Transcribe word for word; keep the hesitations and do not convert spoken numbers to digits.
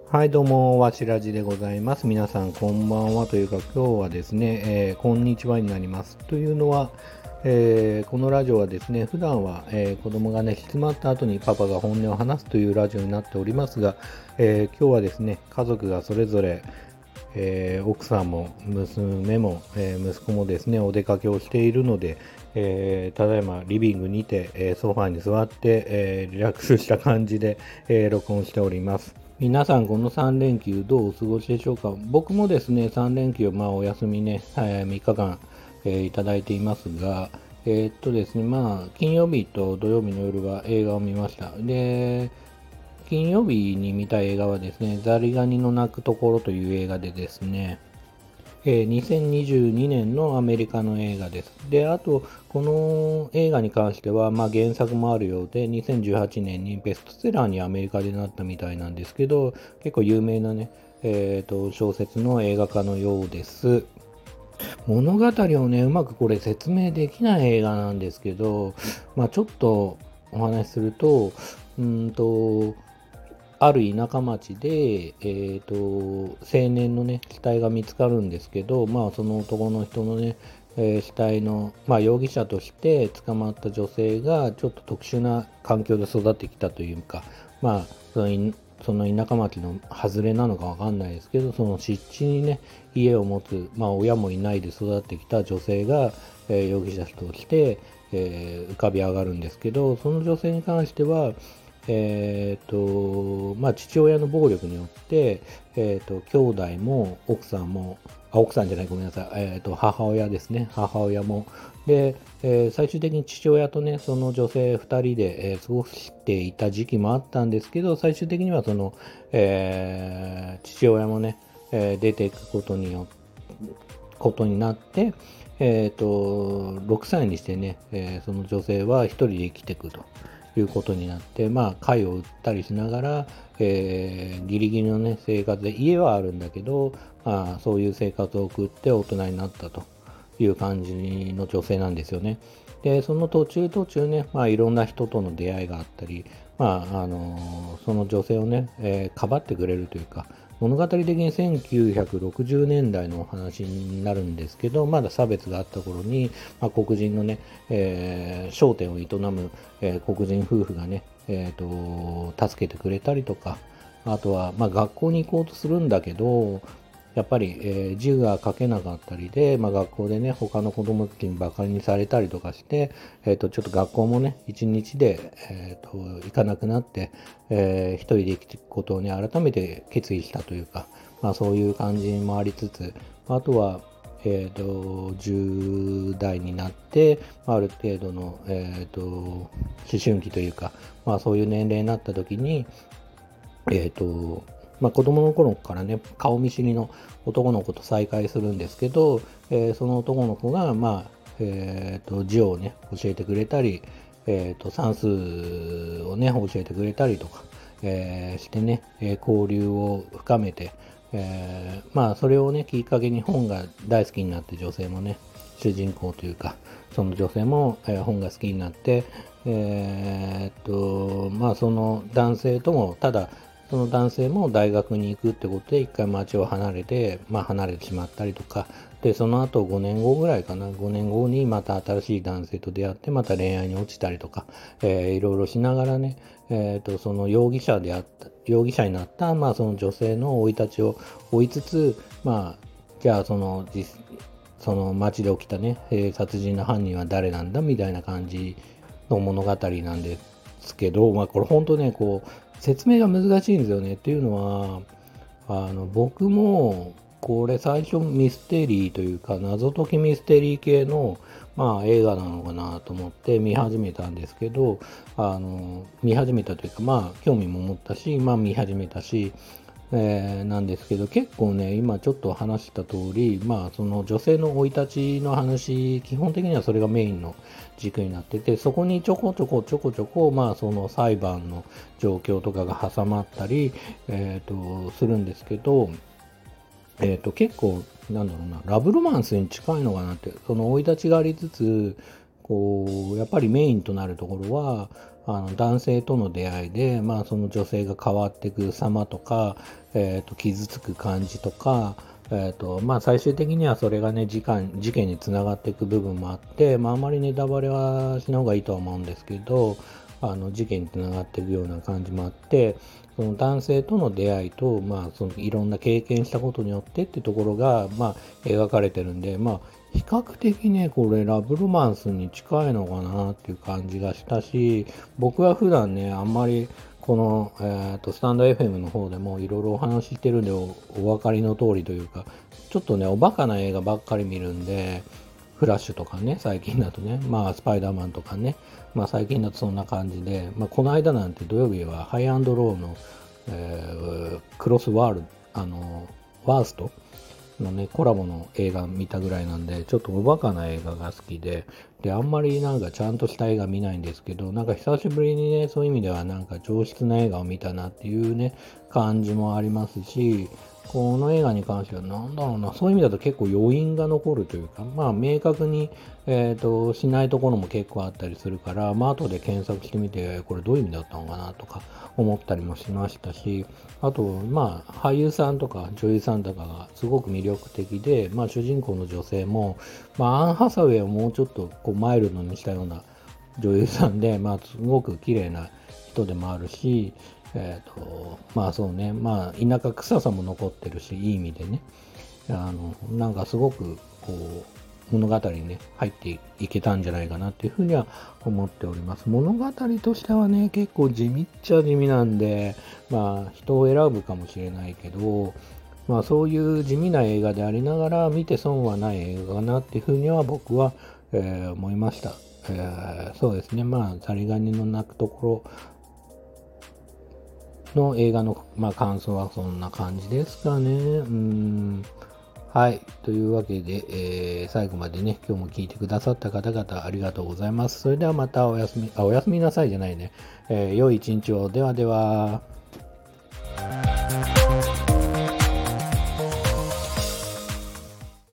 はい、どうも、わしらじでございます。皆さん、こんばんはというか、今日はですね、えーこんにちはになります。というのは、えーこのラジオはですね、普段は、えー子供がね、しつまった後にパパが本音を話すというラジオになっておりますが、えー今日はですね、家族がそれぞれ、えー奥さんも娘も、えー息子もですね、お出かけをしているので、えーただいまリビングにて、えーソファーに座って、えーリラックスした感じで、えー録音しております。皆さん、このさん連休どうお過ごしでしょうか。僕もですね、さん連休、まあ、お休みね、えーみっかかん、えーいただいていますが、えーっとですね、まあ、金曜日と土曜日の夜は映画を見ました。で、金曜日に見た映画はですね、ザリガニの鳴くところという映画でですね、えーにせんにじゅうにねんのアメリカの映画です。で、あと、この映画に関しては、まあ、原作もあるようで、にせんじゅうはちねんにベストセラーにアメリカでなったみたいなんですけど、結構有名なね、えーと、小説の映画化のようです。物語をね、うまくこれ説明できない映画なんですけど、まあ、ちょっとお話しすると、うーんと、ある田舎町で、えーと、青年のね、死体が見つかるんですけど、まあ、その男の人のね、えー死体の、まあ、容疑者として捕まった女性が、ちょっと特殊な環境で育ってきたというか、まあ、そのいその田舎町の外れなのかわかんないですけど、その湿地にね、家を持つ、まあ、親もいないで育ってきた女性が、えー容疑者として、えー浮かび上がるんですけど、その女性に関しては、えーと、まあ、父親の暴力によって、えーと、兄弟も奥さんも、あ、奥さんじゃない、ごめんなさい、えーと、母親ですね、母親も。で、えー最終的に父親とね、その女性ふたりで、えー過ごしていた時期もあったんですけど、最終的にはその、えー父親もね、えー出ていくことによことになって、えーと、ろくさいにしてね、えーその女性は一人で生きていくということになって、まあ、貝を売ったりしながら、えーギリギリのね、生活で、家はあるんだけど、まあ、そういう生活を送って大人になったという感じの女性なんですよね。で、その途中途中ね、まあ、いろんな人との出会いがあったり、まあ、あのその女性をね、えーかばってくれるというか、物語的にせんきゅうひゃくろくじゅうねんだいのお話になるんですけど、まだ差別があった頃に、まあ、黒人のね、えー商店を営む、えー黒人夫婦がね、えーと、助けてくれたりとか、あとは、まあ、学校に行こうとするんだけど、やっぱり、えー字が書けなかったりで、まあ、学校でね、他の子供たちにバカにされたりとかして、えっ、と、ちょっと学校もね、一日で、えっ、と、行かなくなって、えー一人で生きていくことをね、改めて決意したというか、まあ、そういう感じもありつつ、あとは、えっ、と、じゅう代になって、まあある程度の、えっ、と、思春期というか、まあ、そういう年齢になった時に、えっ、と、まあ、子供の頃からね、顔見知りの男の子と再会するんですけど、えーその男の子が、まあ、えっ、と、字をね、教えてくれたり、えっ、と、算数をね、教えてくれたりとか、えーしてね、えー交流を深めて、えーまあ、それをね、きっかけに本が大好きになって女性もね、主人公というか、その女性も、えー本が好きになって、えーっと、まあ、その男性とも、ただ、その男性も大学に行くってことで、一回町を離れて、まあ、離れてしまったりとか、で、その後ごねんごぐらいかな、ごねんごにまた新しい男性と出会って、また恋愛に落ちたりとか、えーいろいろしながらね、えーっと、その容疑者であった、容疑者になった、まあ、その女性の生い立ちを追いつつ、まあ、じゃあ、その実、その街で起きたね、えー殺人の犯人は誰なんだみたいな感じの物語なんですけど、まあこれ本当ね、こう、説明が難しいんですよね。っていうのは、あの、僕も、これ最初ミステリーというか、謎解きミステリー系の、まあ映画なのかなと思って見始めたんですけど、あの、見始めたというか、まあ興味も持ったし、まあ見始めたし、えーなんですけど、結構ね、今ちょっと話した通り、まあ、その女性の生い立ちの話、基本的にはそれがメインの軸になってて、そこにちょこちょこちょこちょこ、まあ、その裁判の状況とかが挟まったり、えっと、するんですけど、えっと、結構、なんだろうな、ラブロマンスに近いのかなって、その生い立ちがありつつ、 こう、やっぱりメインとなるところは、あの男性との出会いで、まあ、その女性が変わっていく様とか、えーと、傷つく感じとか、えーとまあ、最終的にはそれがね事件、事件につながっていく部分もあって、まあ、あまりネタバレはしない方がいいとは思うんですけど、あの事件につながっていくような感じもあって、その男性との出会いと、まあ、そのいろんな経験したことによってってところが、まあ、描かれてるんで、まあ、比較的ね、これラブロマンスに近いのかなっていう感じがしたし、僕は普段ね、あんまりこの、えーと、スタンド エフエム の方でもいろいろお話ししてるんでお、お分かりの通りというか、ちょっとね、おバカな映画ばっかり見るんで、フラッシュとかね、最近だとね、まあ、スパイダーマンとかね、まあ、最近だとそんな感じで、まあ、この間なんて土曜日はハイアンドローの、えークロスワールド、あの、ワーストのね、コラボの映画見たぐらいなんで、ちょっとおバカな映画が好きで、で、あんまりなんかちゃんとした映画見ないんですけど、なんか久しぶりにね、そういう意味ではなんか上質な映画を見たなっていうね、感じもありますし、この映画に関してはなんだろうな、そういう意味だと結構余韻が残るというか、まあ明確に、えっと、しないところも結構あったりするから、まあ後で検索してみて、これどういう意味だったのかなとか思ったりもしましたし、あと、まあ俳優さんとか女優さんとかがすごく魅力的で、まあ主人公の女性も、まあアン・ハサウェイをもうちょっとこうマイルドにしたような女優さんで、まあすごく綺麗な人でもあるし、えっと、まあそうね、まあ田舎臭さも残ってるし、いい意味でね、あの、なんかすごくこう、物語にね、入っていけたんじゃないかなっていうふうには思っております。物語としてはね、結構地味っちゃ地味なんで、まあ人を選ぶかもしれないけど、まあそういう地味な映画でありながら見て損はない映画かなっていうふうには僕は、えー思いました。えーそうですね、まあザリガニの鳴くところの映画の、まあ、感想はそんな感じですかね。うん。はい。というわけで、えー最後までね、今日も聞いてくださった方々ありがとうございます。それではまたおやすみ、あ、おやすみなさいじゃないね。えー良い一日を。ではでは。